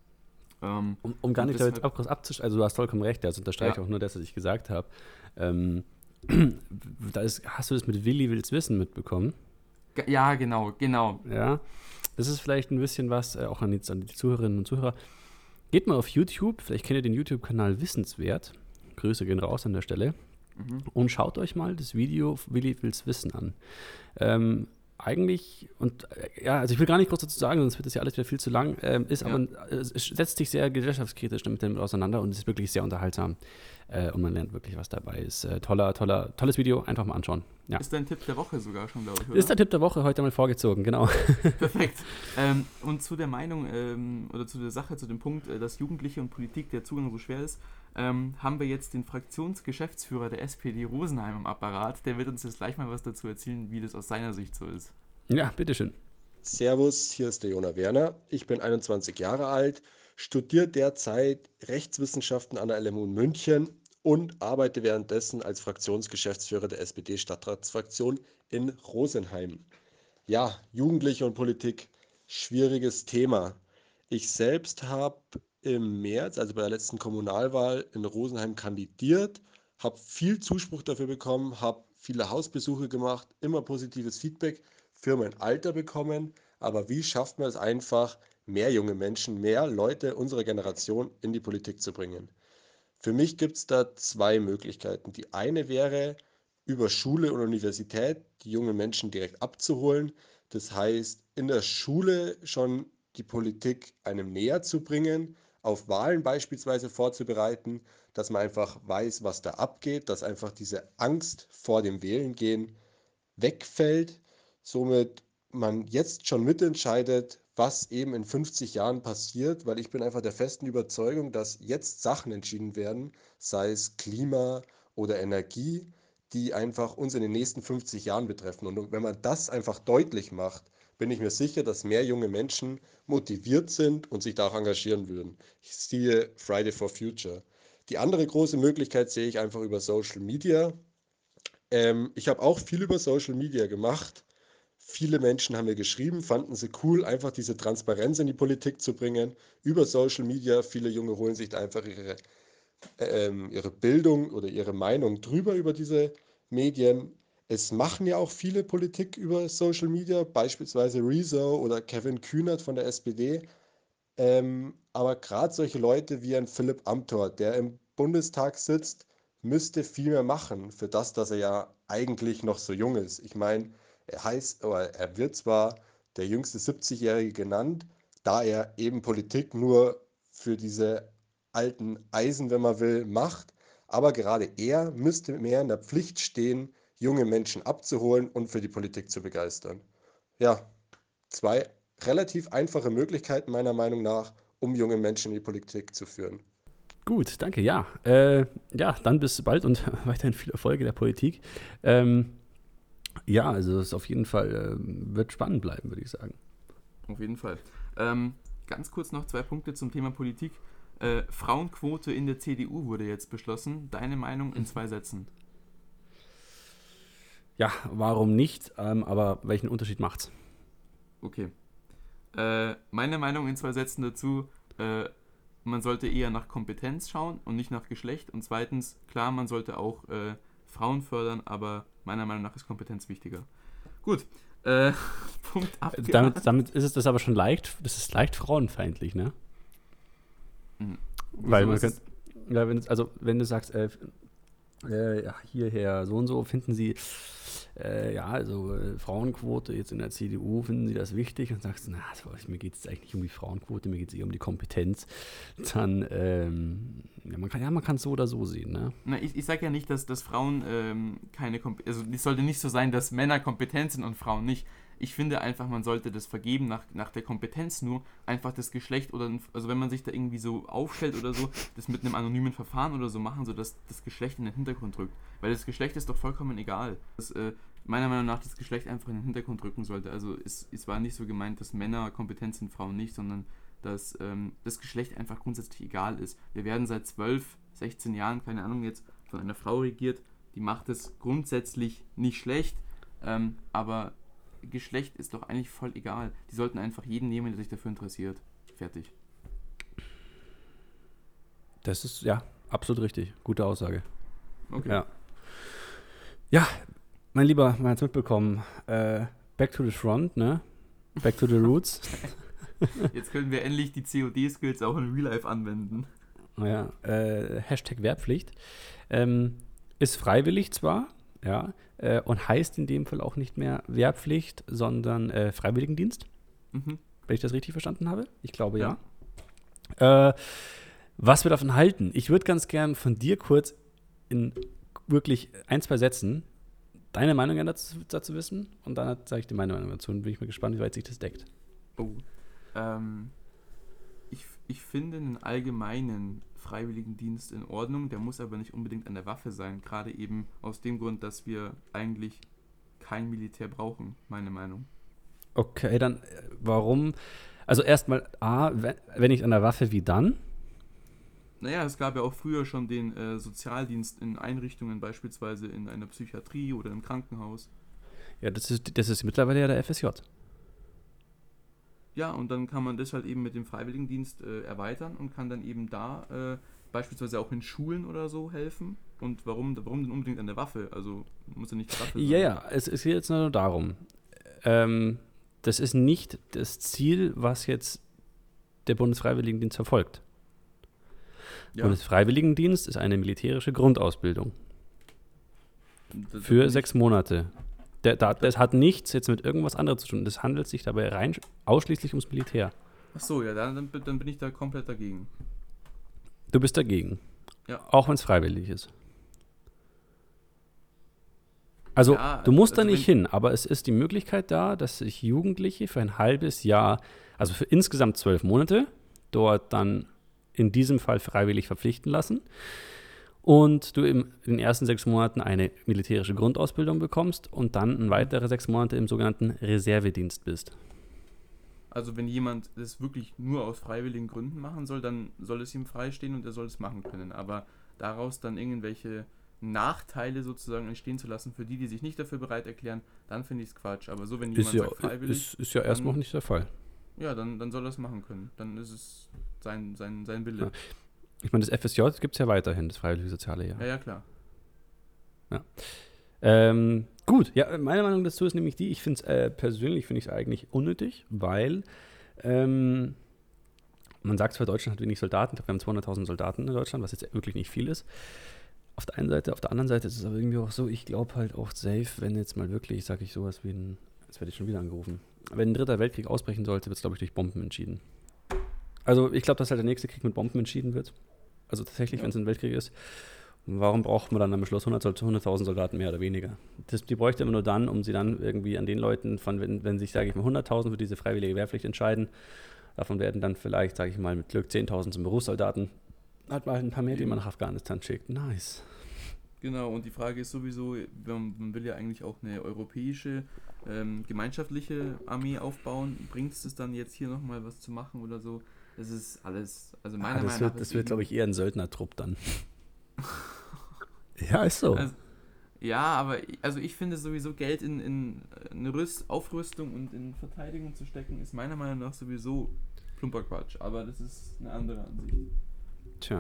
Um gar Und nicht da jetzt deshalb, abzuschließen, also du hast vollkommen recht, also unterstreiche ja, auch nur das, was ich gesagt habe. Ähm, hast du das mit Willi Wills Wissen mitbekommen? ja, genau, genau. Ja, das ist vielleicht ein bisschen was, auch an die Zuhörerinnen und Zuhörer. Geht mal auf YouTube, vielleicht kennt ihr den YouTube-Kanal Wissenswert. Grüße gehen raus an der Stelle. Mhm. Und schaut euch mal das Video Willi Wills Wissen an. Eigentlich, und ja, also ich will gar nicht groß dazu sagen, sonst wird das ja alles wieder viel zu lang, ist Ja. aber, es setzt sich sehr gesellschaftskritisch damit auseinander und ist wirklich sehr unterhaltsam. Und man lernt wirklich was dabei. Ist tolles Video, einfach mal anschauen. Ja. Ist dein Tipp der Woche sogar schon, glaube ich, oder? Ist der Tipp der Woche heute mal vorgezogen, genau. Perfekt. Und zu der Meinung oder zu der Sache, zu dem Punkt, dass Jugendliche und Politik der Zugang so schwer ist, haben wir jetzt den Fraktionsgeschäftsführer der SPD Rosenheim im Apparat. Der wird uns jetzt gleich mal was dazu erzählen, wie das aus seiner Sicht so ist. Ja, bitteschön. Servus, hier ist der Jona Werner. Ich bin 21 Jahre alt, studiere derzeit Rechtswissenschaften an der LMU in München und arbeite währenddessen als Fraktionsgeschäftsführer der SPD-Stadtratsfraktion in Rosenheim. Ja, Jugendliche und Politik, schwieriges Thema. Ich selbst habe im März, also bei der letzten Kommunalwahl in Rosenheim kandidiert, habe viel Zuspruch dafür bekommen, habe viele Hausbesuche gemacht, immer positives Feedback für mein Alter bekommen. Aber wie schafft man es einfach, mehr junge Menschen, mehr Leute unserer Generation in die Politik zu bringen? Für mich gibt es da zwei Möglichkeiten. Die eine wäre, über Schule und Universität die jungen Menschen direkt abzuholen. Das heißt, in der Schule schon die Politik einem näher zu bringen, auf Wahlen beispielsweise vorzubereiten, dass man einfach weiß, was da abgeht, dass einfach diese Angst vor dem Wählengehen wegfällt, somit man jetzt schon mitentscheidet, was eben in 50 Jahren passiert, weil ich bin einfach der festen Überzeugung, dass jetzt Sachen entschieden werden, sei es Klima oder Energie, die einfach uns in den nächsten 50 Jahren betreffen. Und wenn man das einfach deutlich macht, bin ich mir sicher, dass mehr junge Menschen motiviert sind und sich da auch engagieren würden. Ich sehe Friday for Future. Die andere große Möglichkeit sehe ich einfach über Social Media. Ich habe auch viel über Social Media gemacht. Viele Menschen haben mir geschrieben, fanden sie cool, einfach diese Transparenz in die Politik zu bringen. Über Social Media, viele Junge holen sich da einfach ihre Bildung oder ihre Meinung drüber über diese Medien. Es machen ja auch viele Politik über Social Media, beispielsweise Rezo oder Kevin Kühnert von der SPD. Aber gerade solche Leute wie ein Philipp Amthor, der im Bundestag sitzt, müsste viel mehr machen für das, dass er ja eigentlich noch so jung ist. Ich meine, er wird zwar der jüngste 70-Jährige genannt, da er eben Politik nur für diese alten Eisen, wenn man will, macht, aber gerade er müsste mehr in der Pflicht stehen, junge Menschen abzuholen und für die Politik zu begeistern. Ja, zwei relativ einfache Möglichkeiten meiner Meinung nach, um junge Menschen in die Politik zu führen. Gut, danke, ja. Ja, dann bis bald und weiterhin viel Erfolg in der Politik. Ja, also es auf jeden Fall wird spannend bleiben, würde ich sagen. Auf jeden Fall. Ganz kurz noch 2 Punkte zum Thema Politik. Frauenquote in der CDU wurde jetzt beschlossen. Deine Meinung in 2 Sätzen? Ja, warum nicht? Aber welchen Unterschied macht's? Okay. Meine Meinung in 2 Sätzen dazu, man sollte eher nach Kompetenz schauen und nicht nach Geschlecht. Und zweitens, klar, man sollte auch Frauen fördern, aber meiner Meinung nach ist Kompetenz wichtiger. Gut, Punkt abgehakt. Damit ist es das aber schon leicht frauenfeindlich, ne? Weil man kann, ja, wenn du sagst, hierher so und so, finden Sie, Frauenquote jetzt in der CDU, finden Sie das wichtig? Und sagst, mir geht es eigentlich nicht um die Frauenquote, mir geht es eher um die Kompetenz. Dann, man kann es so oder so sehen, ne? Na, ich sage ja nicht, dass Frauen keine Kompetenz, also es sollte nicht so sein, dass Männer kompetent sind und Frauen nicht. Ich finde einfach, man sollte das vergeben nach der Kompetenz nur, einfach das Geschlecht oder, also wenn man sich da irgendwie so aufstellt oder so, das mit einem anonymen Verfahren oder so machen, sodass das Geschlecht in den Hintergrund rückt. Weil das Geschlecht ist doch vollkommen egal. Dass meiner Meinung nach das Geschlecht einfach in den Hintergrund rücken sollte. Also es war nicht so gemeint, dass Männer kompetent sind, Frauen nicht, sondern dass das Geschlecht einfach grundsätzlich egal ist. Wir werden seit 12, 16 Jahren, keine Ahnung jetzt, von einer Frau regiert, die macht es grundsätzlich nicht schlecht, aber Geschlecht ist doch eigentlich voll egal. Die sollten einfach jeden nehmen, der sich dafür interessiert. Fertig. Das ist, ja, absolut richtig. Gute Aussage. Okay. Ja, mein Lieber, man hat es mitbekommen. Back to the front, ne? Back to the roots. Jetzt können wir endlich die COD-Skills auch in Real Life anwenden. Ja, Hashtag Wehrpflicht. Ist freiwillig zwar, ja, und heißt in dem Fall auch nicht mehr Wehrpflicht, sondern Freiwilligendienst. Mhm. Wenn ich das richtig verstanden habe? Ich glaube, ja. Was wir davon halten? Ich würde ganz gern von dir kurz in wirklich 1, 2 Sätzen deine Meinung dazu wissen und dann sage ich dir meine Meinung dazu und bin ich mal gespannt, wie weit sich das deckt. Oh. Ich finde einen allgemeinen Freiwilligendienst in Ordnung, der muss aber nicht unbedingt an der Waffe sein, gerade eben aus dem Grund, dass wir eigentlich kein Militär brauchen, meine Meinung. Okay, dann warum? Also erstmal, wenn nicht an der Waffe, wie dann? Naja, es gab ja auch früher schon den Sozialdienst in Einrichtungen, beispielsweise in einer Psychiatrie oder im Krankenhaus. Ja, das ist mittlerweile ja der FSJ. Ja, und dann kann man das halt eben mit dem Freiwilligendienst erweitern und kann dann eben da beispielsweise auch in Schulen oder so helfen. Und warum denn unbedingt an der Waffe? Also muss ja nicht die Waffe sein. Ja, es geht jetzt nur darum. Das ist nicht das Ziel, was jetzt der Bundesfreiwilligendienst verfolgt. Ja. Bundesfreiwilligendienst ist eine militärische Grundausbildung. Für 6 Monate. Das hat nichts jetzt mit irgendwas anderem zu tun. Das handelt sich dabei rein ausschließlich ums Militär. Ach so, ja, dann bin ich da komplett dagegen. Du bist dagegen? Ja. Auch wenn es freiwillig ist? Also, ja, du musst da nicht hin, aber es ist die Möglichkeit da, dass sich Jugendliche für ein halbes Jahr, also für insgesamt 12 Monate, dort dann in diesem Fall freiwillig verpflichten lassen und du in den ersten 6 Monaten eine militärische Grundausbildung bekommst und dann weitere 6 Monate im sogenannten Reservedienst bist. Also wenn jemand das wirklich nur aus freiwilligen Gründen machen soll, dann soll es ihm freistehen und er soll es machen können. Aber daraus dann irgendwelche Nachteile sozusagen entstehen zu lassen, für die sich nicht dafür bereit erklären, dann finde ich es Quatsch. Aber so, wenn jemand sagt freiwillig... Ist ja erstmal noch nicht der Fall. Ja, dann soll er es machen können. Dann ist es sein Wille. Ja. Ich meine, das FSJ gibt es ja weiterhin, das Freiwillige Soziale Jahr. Ja, klar. Ja. Gut, ja, meine Meinung dazu ist nämlich die, ich finde es persönlich eigentlich unnötig, weil man sagt zwar, Deutschland hat wenig Soldaten, ich glaube, wir haben 200.000 Soldaten in Deutschland, was jetzt wirklich nicht viel ist, Auf der einen Seite, auf der anderen Seite ist es aber irgendwie auch so, ich glaube halt auch safe, wenn jetzt mal wirklich, sage ich sowas wie jetzt werde ich schon wieder angerufen, wenn ein dritter Weltkrieg ausbrechen sollte, wird es, glaube ich, durch Bomben entschieden. Also ich glaube, dass halt der nächste Krieg mit Bomben entschieden wird. Also tatsächlich, wenn es ein Weltkrieg ist. Warum braucht man dann am Schluss 100.000 Soldaten mehr oder weniger? Die bräuchte man nur dann, um sie dann irgendwie an den Leuten, wenn sich, sage ich mal, 100.000 für diese freiwillige Wehrpflicht entscheiden, davon werden dann vielleicht, sage ich mal, mit Glück 10.000 zum Berufssoldaten, hat man halt ein paar mehr, die man nach Afghanistan schickt. Nice. Genau, und die Frage ist sowieso, man will ja eigentlich auch eine europäische, gemeinschaftliche Armee aufbauen. Bringt es dann jetzt hier nochmal was zu machen oder so? Das ist alles, also meiner Meinung nach... Das wird, glaube ich, eher ein Söldnertrupp dann. Ja, ist so. Also, ja, aber also ich finde sowieso Geld in eine Aufrüstung und in Verteidigung zu stecken, ist meiner Meinung nach sowieso plumper Quatsch. Aber das ist eine andere Ansicht. Tja.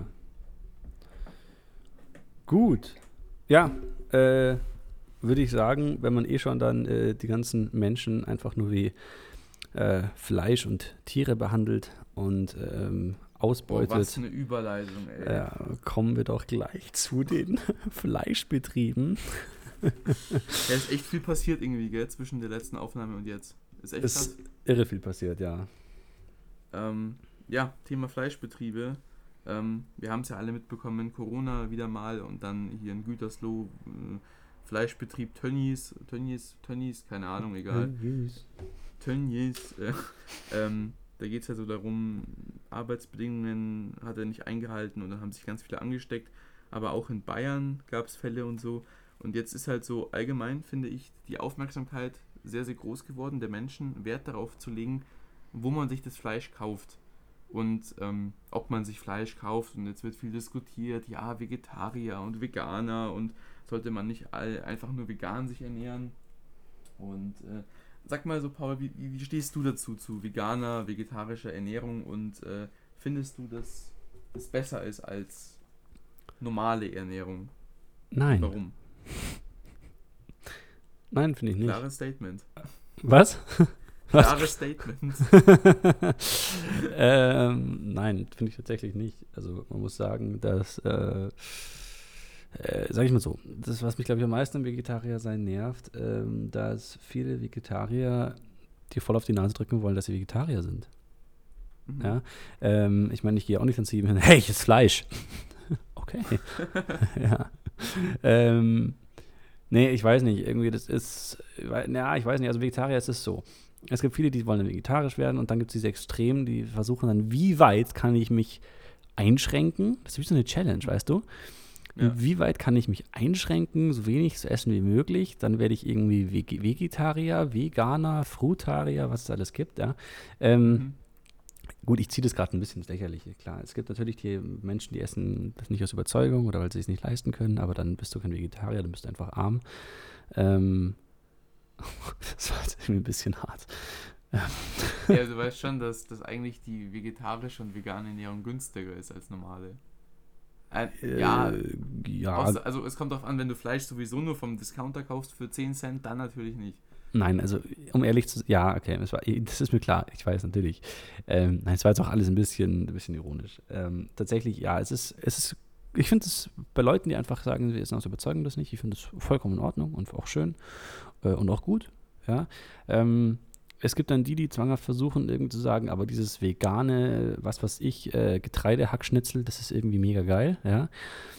Gut. Ja, würde ich sagen, wenn man schon dann die ganzen Menschen einfach nur wie Fleisch und Tiere behandelt und ausbeutet. Oh, was eine Überleitung, ey. Kommen wir doch gleich zu den Fleischbetrieben. Ja, ist echt viel passiert irgendwie, gell, zwischen der letzten Aufnahme und jetzt. Ist echt krass. Ist irre viel passiert, ja. Ja, Thema Fleischbetriebe. Wir haben es ja alle mitbekommen, Corona wieder mal und dann hier in Gütersloh Fleischbetrieb Tönnies, keine Ahnung, egal. Tönnies. Da geht es ja so darum, Arbeitsbedingungen hat er nicht eingehalten und dann haben sich ganz viele angesteckt. Aber auch in Bayern gab es Fälle und so. Und jetzt ist halt so allgemein, finde ich, die Aufmerksamkeit sehr, sehr groß geworden, der Menschen Wert darauf zu legen, wo man sich das Fleisch kauft. Und ob man sich Fleisch kauft. Und jetzt wird viel diskutiert, ja, Vegetarier und Veganer und sollte man nicht einfach nur vegan sich ernähren. Und sag mal so, Paul, wie stehst du dazu, zu veganer, vegetarischer Ernährung und findest du, dass es besser ist als normale Ernährung? Nein. Warum? Nein, finde ich nicht. Klares Statement. Was? Klares Statement. Nein, finde ich tatsächlich nicht. Also man muss sagen, dass sag ich mal so, das, was mich, glaube ich, am meisten am Vegetarier sein nervt, dass viele Vegetarier dir voll auf die Nase drücken wollen, dass sie Vegetarier sind. Mhm. Ja? Ich meine, ich gehe auch nicht dann zu jedem hin, hey, ich esse Fleisch. Okay. Ja. Nee, ich weiß nicht, irgendwie das ist, ich weiß nicht, also Vegetarier ist es so. Es gibt viele, die wollen dann vegetarisch werden und dann gibt es diese Extremen, die versuchen dann, wie weit kann ich mich einschränken? Das ist wie so eine Challenge, weißt du? Ja. Wie weit kann ich mich einschränken, so wenig zu essen wie möglich? Dann werde ich irgendwie Vegetarier, Veganer, Frutarier, was es alles gibt, ja. Gut, ich ziehe das gerade ein bisschen ins Lächerliche, klar. Es gibt natürlich die Menschen, die essen das nicht aus Überzeugung oder weil sie es nicht leisten können, aber dann bist du kein Vegetarier, dann bist du einfach arm. Das war jetzt irgendwie ein bisschen hart. Ja, du weißt schon, dass eigentlich die vegetarische und vegane Ernährung günstiger ist als normale. Ja. Also es kommt darauf an, wenn du Fleisch sowieso nur vom Discounter kaufst für 10 Cent, dann natürlich nicht. Nein, also um ehrlich zu sein, ja, okay, das ist mir klar, ich weiß natürlich. Nein, es war jetzt auch alles ein bisschen ironisch. Tatsächlich, ja, es ist, ich finde es bei Leuten, die einfach sagen, wir essen aus Überzeugung das nicht, ich finde es vollkommen in Ordnung und auch schön und auch gut, ja. Es gibt dann die zwanghaft versuchen, irgendwie zu sagen, aber dieses vegane, Getreidehackschnitzel, das ist irgendwie mega geil, ja.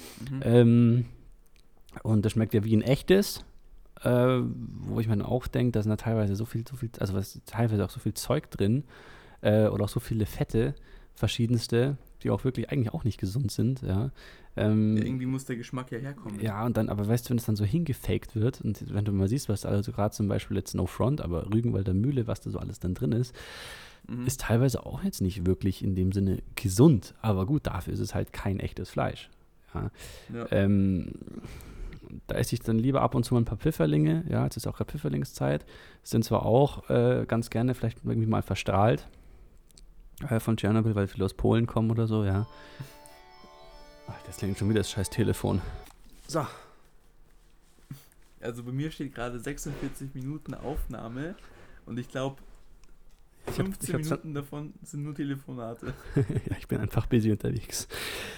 Und das schmeckt ja wie ein echtes, wo ich mir auch denke, da sind da teilweise so viel, also was teilweise auch so viel Zeug drin oder auch so viele Fette, verschiedenste, die auch wirklich eigentlich auch nicht gesund sind, ja. Irgendwie muss der Geschmack ja herkommen. Ja, und dann, aber weißt du, wenn es dann so hingefaked wird und wenn du mal siehst, was da, also gerade zum Beispiel jetzt No Front, aber Rügenwalder Mühle, was da so alles dann drin ist, ist teilweise auch jetzt nicht wirklich in dem Sinne gesund, aber gut, dafür ist es halt kein echtes Fleisch. Ja. Da esse ich dann lieber ab und zu mal ein paar Pfifferlinge, ja, jetzt ist auch gerade Pfifferlingszeit, sind zwar auch ganz gerne vielleicht irgendwie mal verstrahlt von Tschernobyl, weil viele aus Polen kommen oder so, ja. Ach, das klingt schon wieder das scheiß Telefon. So. Also bei mir steht gerade 46 Minuten Aufnahme und ich glaube, 15 Minuten davon sind nur Telefonate. Ja, ich bin einfach busy unterwegs.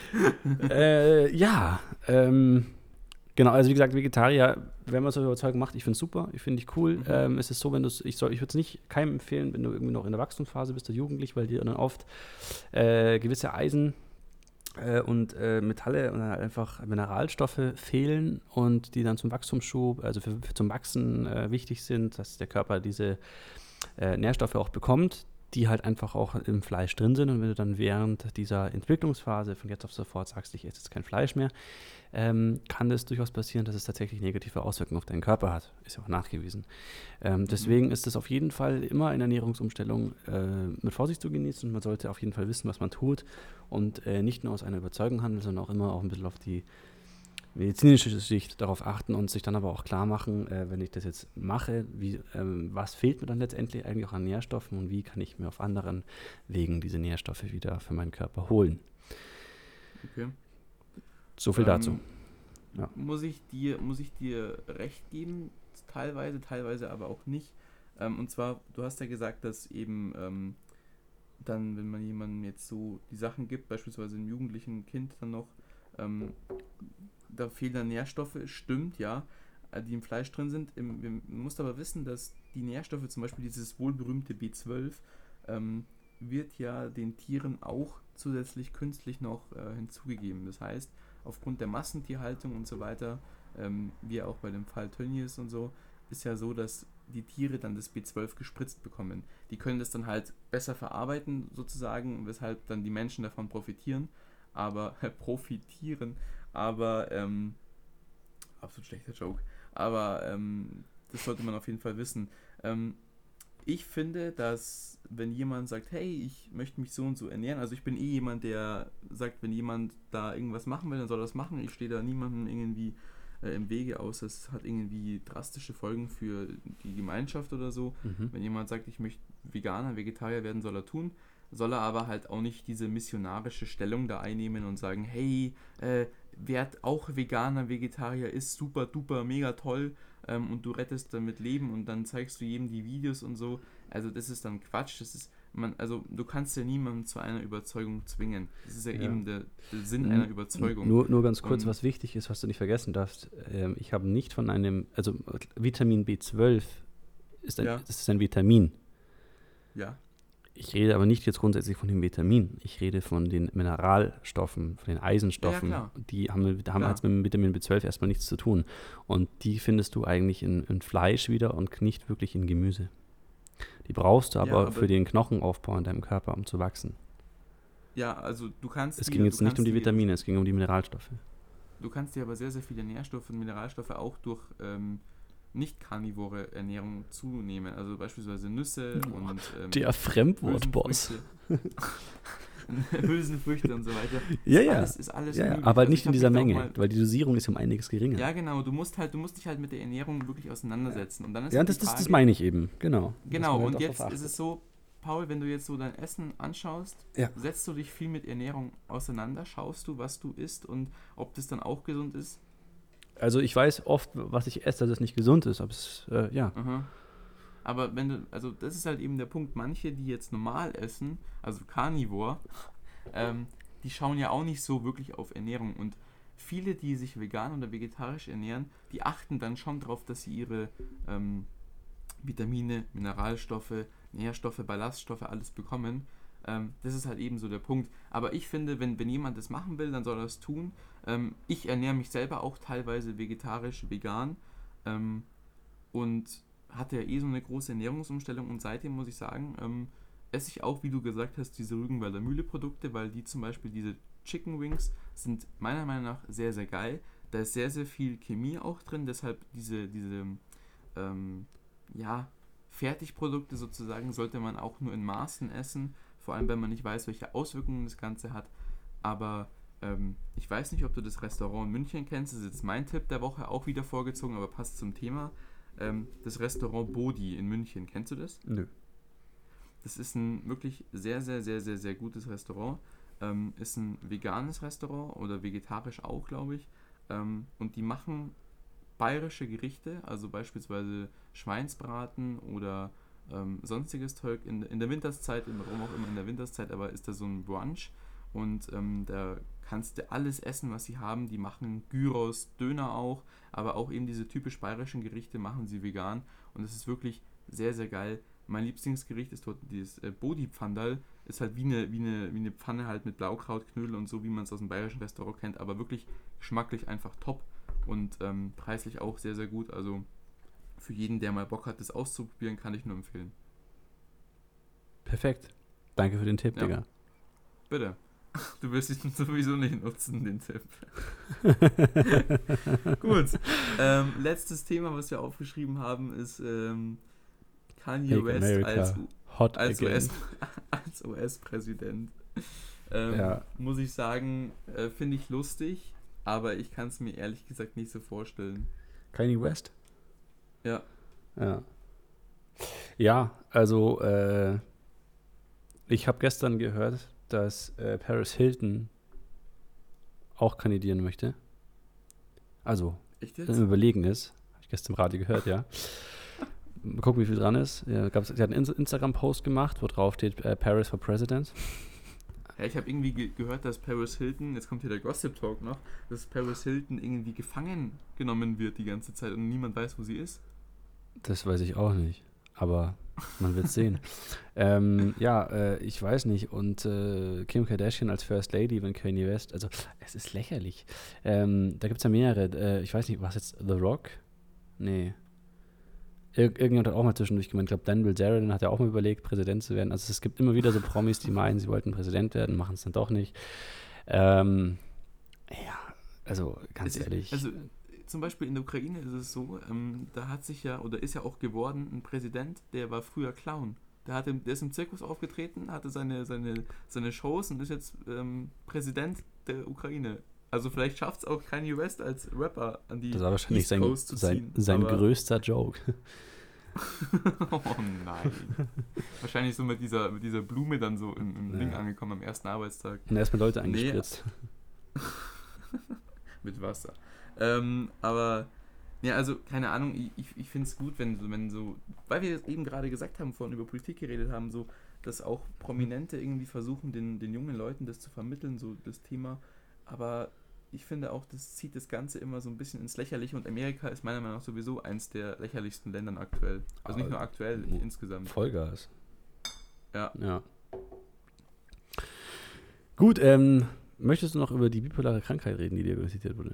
Genau, also wie gesagt, Vegetarier, wenn man so Überzeugung macht, ich finde es super, ich finde ich cool. Es ist so, wenn du ich würde es nicht keinem empfehlen, wenn du irgendwie noch in der Wachstumsphase bist, der jugendlich, weil dir dann oft gewisse Eisen und Metalle und einfach Mineralstoffe fehlen und die dann zum Wachstumsschub, also zum Wachsen wichtig sind, dass der Körper diese Nährstoffe auch bekommt, die halt einfach auch im Fleisch drin sind. Und wenn du dann während dieser Entwicklungsphase von jetzt auf sofort sagst, ich esse jetzt kein Fleisch mehr, kann es durchaus passieren, dass es tatsächlich negative Auswirkungen auf deinen Körper hat. Ist ja auch nachgewiesen. Deswegen ist es auf jeden Fall immer eine Ernährungsumstellung mit Vorsicht zu genießen und man sollte auf jeden Fall wissen, was man tut und nicht nur aus einer Überzeugung handeln, sondern auch immer auch ein bisschen auf die medizinische Sicht darauf achten und sich dann aber auch klar machen, wenn ich das jetzt mache, was fehlt mir dann letztendlich eigentlich auch an Nährstoffen und wie kann ich mir auf anderen Wegen diese Nährstoffe wieder für meinen Körper holen. Okay. So viel dazu. Ja. Muss ich dir recht geben, teilweise aber auch nicht. Und zwar, du hast ja gesagt, dass eben dann, wenn man jemandem jetzt so die Sachen gibt, beispielsweise einem jugendlichen Kind dann noch, da fehlen dann Nährstoffe, stimmt, ja, die im Fleisch drin sind. Man muss aber wissen, dass die Nährstoffe, zum Beispiel dieses wohlberühmte B12, wird ja den Tieren auch zusätzlich künstlich noch hinzugegeben. Das heißt, aufgrund der Massentierhaltung und so weiter, wie auch bei dem Fall Tönnies und so, ist ja so, dass die Tiere dann das B12 gespritzt bekommen. Die können das dann halt besser verarbeiten, sozusagen, weshalb dann die Menschen davon profitieren. Aber absolut schlechter Joke, aber das sollte man auf jeden Fall wissen. Ich finde, dass wenn jemand sagt, hey, ich möchte mich so und so ernähren, also ich bin jemand, der sagt, wenn jemand da irgendwas machen will, dann soll er das machen. Ich stehe da niemandem irgendwie im Wege, außer es hat irgendwie drastische Folgen für die Gemeinschaft oder so. Wenn jemand sagt, ich möchte Veganer, Vegetarier werden, soll er tun. Soll er aber halt auch nicht diese missionarische Stellung da einnehmen und sagen, hey, werd auch Veganer, Vegetarier, ist super, duper, mega toll und du rettest damit Leben und dann zeigst du jedem die Videos und so. Also das ist dann Quatsch, also du kannst ja niemanden zu einer Überzeugung zwingen. Das ist ja eben der Sinn einer Überzeugung. Nur ganz kurz, was wichtig ist, was du nicht vergessen darfst. Ich habe nicht von also Vitamin B12 das ist ein Vitamin. Ja. Ich rede aber nicht jetzt grundsätzlich von dem Vitamin. Ich rede von den Mineralstoffen, von den Eisenstoffen. Ja, die haben jetzt mit dem Vitamin B12 erstmal nichts zu tun. Und die findest du eigentlich in Fleisch wieder und nicht wirklich in Gemüse. Die brauchst du aber für den Knochenaufbau in deinem Körper, um zu wachsen. Ja, also du kannst... Es ging jetzt nicht um die Vitamine, es ging um die Mineralstoffe. Du kannst dir aber sehr, sehr viele Nährstoffe und Mineralstoffe auch durch nicht-karnivore Ernährung zunehmen. Also beispielsweise Nüsse und... der Fremdwortboss. Hülsenfrüchte und so weiter. Ist alles möglich. Aber nicht in dieser Menge, weil die Dosierung ist um einiges geringer. Ja, genau. Du musst dich halt mit der Ernährung wirklich auseinandersetzen. Und dann ist das meine ich eben. Genau. Genau, und jetzt ist es so, Paul, wenn du jetzt so dein Essen anschaust, setzt du dich viel mit Ernährung auseinander, schaust du, was du isst und ob das dann auch gesund ist? Also ich weiß oft, was ich esse, dass es nicht gesund ist, aber es, Aha. Aber also das ist halt eben der Punkt, manche, die jetzt normal essen, also Carnivore, die schauen ja auch nicht so wirklich auf Ernährung und viele, die sich vegan oder vegetarisch ernähren, die achten dann schon darauf, dass sie ihre Vitamine, Mineralstoffe, Nährstoffe, Ballaststoffe, alles bekommen. Das ist halt eben so der Punkt. Aber ich finde, wenn jemand das machen will, dann soll er es tun. Ich ernähre mich selber auch teilweise vegetarisch, vegan und hatte ja so eine große Ernährungsumstellung und seitdem muss ich sagen, esse ich auch, wie du gesagt hast, diese Rügenwalder Mühle Produkte, weil die zum Beispiel diese Chicken Wings sind meiner Meinung nach sehr, sehr geil. Da ist sehr, sehr viel Chemie auch drin, deshalb diese Fertigprodukte sozusagen sollte man auch nur in Maßen essen, vor allem wenn man nicht weiß, welche Auswirkungen das Ganze hat. Aber ich weiß nicht, ob du das Restaurant in München kennst, das ist jetzt mein Tipp der Woche, auch wieder vorgezogen, aber passt zum Thema. Das Restaurant Bodi in München, kennst du das? Nö. Das ist ein wirklich sehr, sehr, sehr, sehr, sehr gutes Restaurant. Ist ein veganes Restaurant oder vegetarisch auch, glaube ich. Und die machen bayerische Gerichte, also beispielsweise Schweinsbraten oder sonstiges Zeug in der Winterszeit, warum auch immer in der Winterszeit, aber ist da so ein Brunch und da kannst du alles essen, was sie haben. Die machen Gyros, Döner auch, aber auch eben diese typisch bayerischen Gerichte machen sie vegan und es ist wirklich sehr, sehr geil. Mein Lieblingsgericht ist dort dieses Bodi-Pfandal, ist halt wie eine Pfanne halt mit Blaukraut, Knödel und so, wie man es aus dem bayerischen Restaurant kennt, aber wirklich geschmacklich einfach top und preislich auch sehr, sehr gut. Also für jeden, der mal Bock hat, das auszuprobieren, kann ich nur empfehlen. Perfekt. Danke für den Tipp, Ja. Digga. Bitte. Du wirst ihn sowieso nicht nutzen, den Tipp. Gut. Letztes Thema, was wir aufgeschrieben haben, ist Kanye Make West America hot als again. US-Präsident. Ja. Muss ich sagen, finde ich lustig, aber ich kann es mir ehrlich gesagt nicht so vorstellen. Kanye West? Ja. Ja. Ja, also ich habe gestern gehört, dass Paris Hilton auch kandidieren möchte. Also, Echt im jetzt? Überlegen ist. Habe ich gestern im Radio gehört, ja. Mal gucken, wie viel dran ist. Ja, sie hat einen Instagram-Post gemacht, wo drauf steht Paris for President. Ja, ich habe irgendwie gehört, dass Paris Hilton, jetzt kommt hier der Gossip Talk noch, dass Paris Hilton irgendwie gefangen genommen wird die ganze Zeit und niemand weiß, wo sie ist. Das weiß ich auch nicht. Aber man wird sehen. Ich weiß nicht. Und Kim Kardashian als First Lady, wenn Kanye West, also es ist lächerlich. Da gibt es ja mehrere. Ich weiß nicht, was jetzt The Rock? Nee. Irgendjemand hat auch mal zwischendurch gemeint, ich glaube, Dan Bilzerian hat ja auch mal überlegt, Präsident zu werden. Also es gibt immer wieder so Promis, die meinen, sie wollten Präsident werden, machen es dann doch nicht. Also ganz ehrlich. Also zum Beispiel in der Ukraine ist es so, da hat sich ja, oder ist ja auch geworden, ein Präsident, der war früher Clown. Der ist im Zirkus aufgetreten, hatte seine Shows und ist jetzt Präsident der Ukraine. Also vielleicht schafft es auch Kanye West als Rapper an die Das war wahrscheinlich East Coast zu sein größter Joke. Oh nein. Wahrscheinlich so mit dieser Blume dann so im Ding angekommen am ersten Arbeitstag. Und erstmal Leute eingespritzt. Mit Wasser. Aber, ja, also, keine Ahnung, ich finde es gut, wenn so, weil wir eben gerade gesagt haben, vorhin über Politik geredet haben, so, dass auch Prominente irgendwie versuchen, den jungen Leuten das zu vermitteln, so das Thema. Aber ich finde auch, das zieht das Ganze immer so ein bisschen ins Lächerliche und Amerika ist meiner Meinung nach sowieso eins der lächerlichsten Ländern aktuell. Also nicht nur aktuell, insgesamt. Vollgas. Ja. Gut, möchtest du noch über die bipolare Krankheit reden, die diagnostiziert wurde?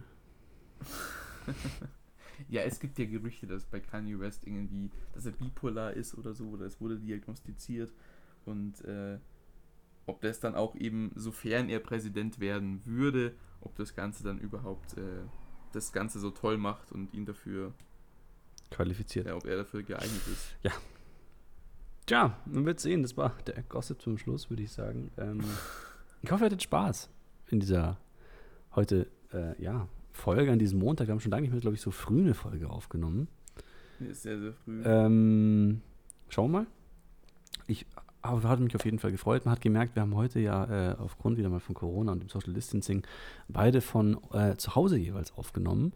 Ja, es gibt ja Gerüchte, dass bei Kanye West irgendwie, dass er bipolar ist oder so, oder es wurde diagnostiziert und ob das dann auch eben, sofern er Präsident werden würde, ob das Ganze dann überhaupt das Ganze so toll macht und ihn dafür Qualifiziert. Ja, ob er dafür geeignet ist. Ja. Tja, man wird sehen. Das war der Gossip zum Schluss, würde ich sagen. Ich hoffe, ihr hattet Spaß in dieser heute, Folge an diesem Montag. Wir haben schon lange nicht mehr, glaube ich, so früh eine Folge aufgenommen. Ist sehr, sehr früh. Schauen wir mal. Ich hatte mich auf jeden Fall gefreut. Man hat gemerkt, wir haben heute ja aufgrund wieder mal von Corona und dem Social Distancing beide von zu Hause jeweils aufgenommen.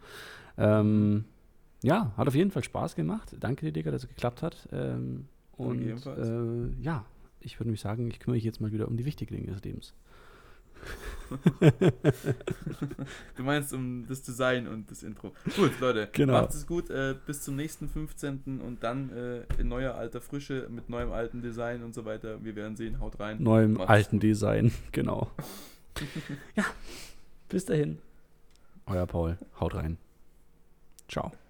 Hat auf jeden Fall Spaß gemacht. Danke dir, Digga, dass es geklappt hat. Ich würde mich sagen, ich kümmere mich jetzt mal wieder um die wichtigen Dinge des Lebens. Du meinst um das Design und das Intro. Gut, Leute, genau. Macht es gut, bis zum nächsten 15. und dann in neuer alter Frische mit neuem alten Design und so weiter. Wir werden sehen, haut rein. Neuem Macht's alten gut. Design, genau. Ja, bis dahin. Euer Paul, haut rein. Ciao.